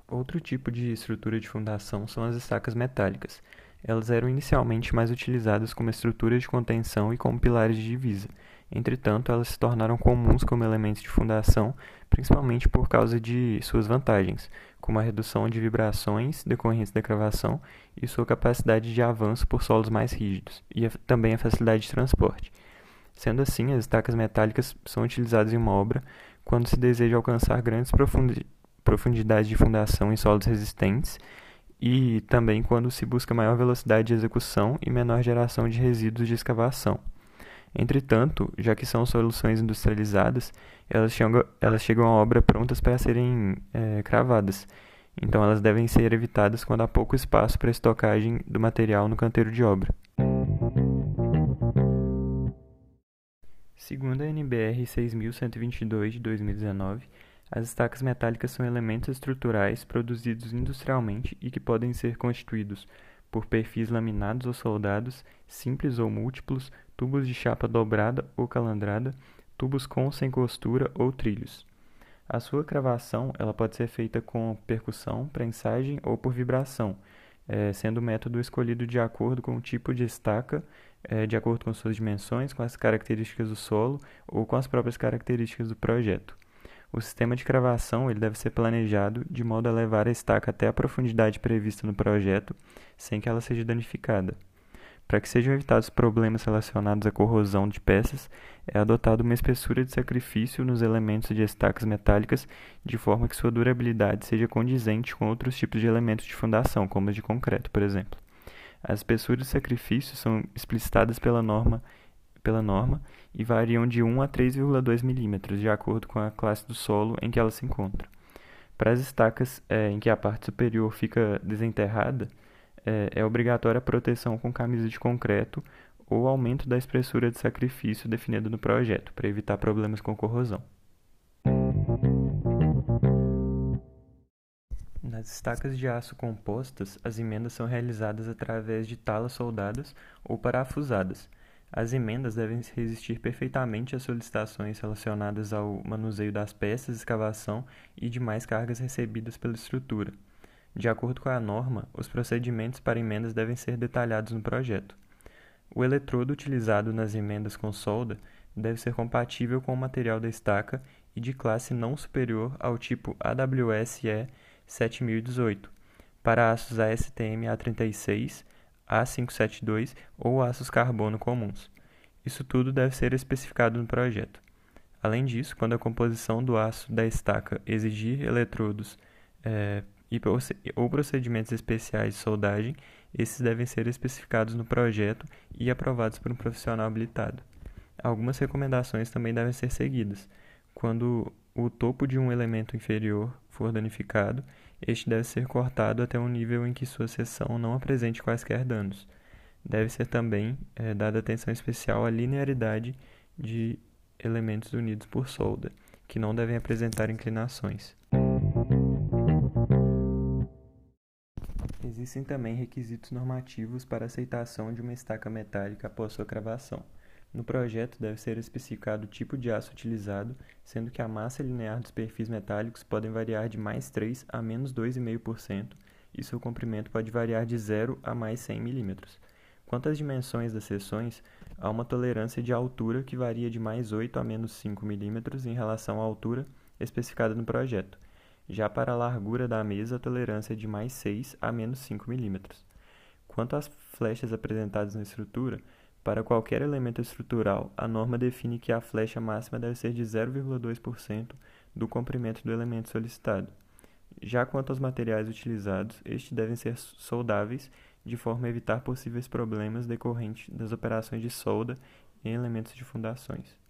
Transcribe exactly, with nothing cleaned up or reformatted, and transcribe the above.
Outro tipo de estrutura de fundação são as estacas metálicas. Elas eram inicialmente mais utilizadas como estrutura de contenção e como pilares de divisa. Entretanto, elas se tornaram comuns como elementos de fundação, principalmente por causa de suas vantagens, como a redução de vibrações decorrentes da cravação e sua capacidade de avanço por solos mais rígidos, e a, também a facilidade de transporte. Sendo assim, as estacas metálicas são utilizadas em uma obra quando se deseja alcançar grandes profundi profundidades de fundação em solos resistentes e também quando se busca maior velocidade de execução e menor geração de resíduos de escavação. Entretanto, já que são soluções industrializadas, elas chegam, elas chegam à obra prontas para serem é, cravadas. Então, elas devem ser evitadas quando há pouco espaço para estocagem do material no canteiro de obra. Segundo a N B R seis mil cento e vinte e dois de dois mil e dezenove, as estacas metálicas são elementos estruturais produzidos industrialmente e que podem ser constituídos por perfis laminados ou soldados, simples ou múltiplos, tubos de chapa dobrada ou calandrada, tubos com ou sem costura ou trilhos. A sua cravação ela pode ser feita com percussão, prensagem ou por vibração, eh, sendo o método escolhido de acordo com o tipo de estaca, eh, de acordo com suas dimensões, com as características do solo ou com as próprias características do projeto. O sistema de cravação ele deve ser planejado de modo a levar a estaca até a profundidade prevista no projeto, sem que ela seja danificada. Para que sejam evitados problemas relacionados à corrosão de peças, é adotada uma espessura de sacrifício nos elementos de estacas metálicas, de forma que sua durabilidade seja condizente com outros tipos de elementos de fundação, como as de concreto, por exemplo. As espessuras de sacrifício são explicitadas pela norma pela norma e variam de um a três vírgula dois milímetros, de acordo com a classe do solo em que ela se encontra. Para as estacas é, em que a parte superior fica desenterrada, é, é obrigatória a proteção com camisa de concreto ou aumento da espessura de sacrifício definida no projeto, para evitar problemas com corrosão. Nas estacas de aço compostas, as emendas são realizadas através de talas soldadas ou parafusadas. As emendas devem resistir perfeitamente às solicitações relacionadas ao manuseio das peças, escavação e demais cargas recebidas pela estrutura. De acordo com a norma, os procedimentos para emendas devem ser detalhados no projeto. O eletrodo utilizado nas emendas com solda deve ser compatível com o material da estaca e de classe não superior ao tipo A W S E sete mil e dezoito, para aços A S T M A trinta e seis, A quinhentos e setenta e dois ou aços carbono comuns. Isso tudo deve ser especificado no projeto. Além disso, quando a composição do aço da estaca exigir eletrodos é, e, ou procedimentos especiais de soldagem, esses devem ser especificados no projeto e aprovados por um profissional habilitado. Algumas recomendações também devem ser seguidas. Quando o topo de um elemento inferior for danificado, este deve ser cortado até um nível em que sua seção não apresente quaisquer danos. Deve ser também é, dada atenção especial à linearidade de elementos unidos por solda, que não devem apresentar inclinações. Existem também requisitos normativos para a aceitação de uma estaca metálica após sua cravação. No projeto deve ser especificado o tipo de aço utilizado, sendo que a massa linear dos perfis metálicos podem variar de mais três a menos dois vírgula cinco por cento e seu comprimento pode variar de zero a mais cem milímetros. Quanto às dimensões das seções, há uma tolerância de altura que varia de mais oito a menos cinco milímetros em relação à altura especificada no projeto. Já para a largura da mesa, a tolerância é de mais seis a menos cinco milímetros. Quanto às flechas apresentadas na estrutura, para qualquer elemento estrutural, a norma define que a flecha máxima deve ser de zero vírgula dois por cento do comprimento do elemento solicitado. Já quanto aos materiais utilizados, estes devem ser soldáveis, de forma a evitar possíveis problemas decorrentes das operações de solda em elementos de fundações.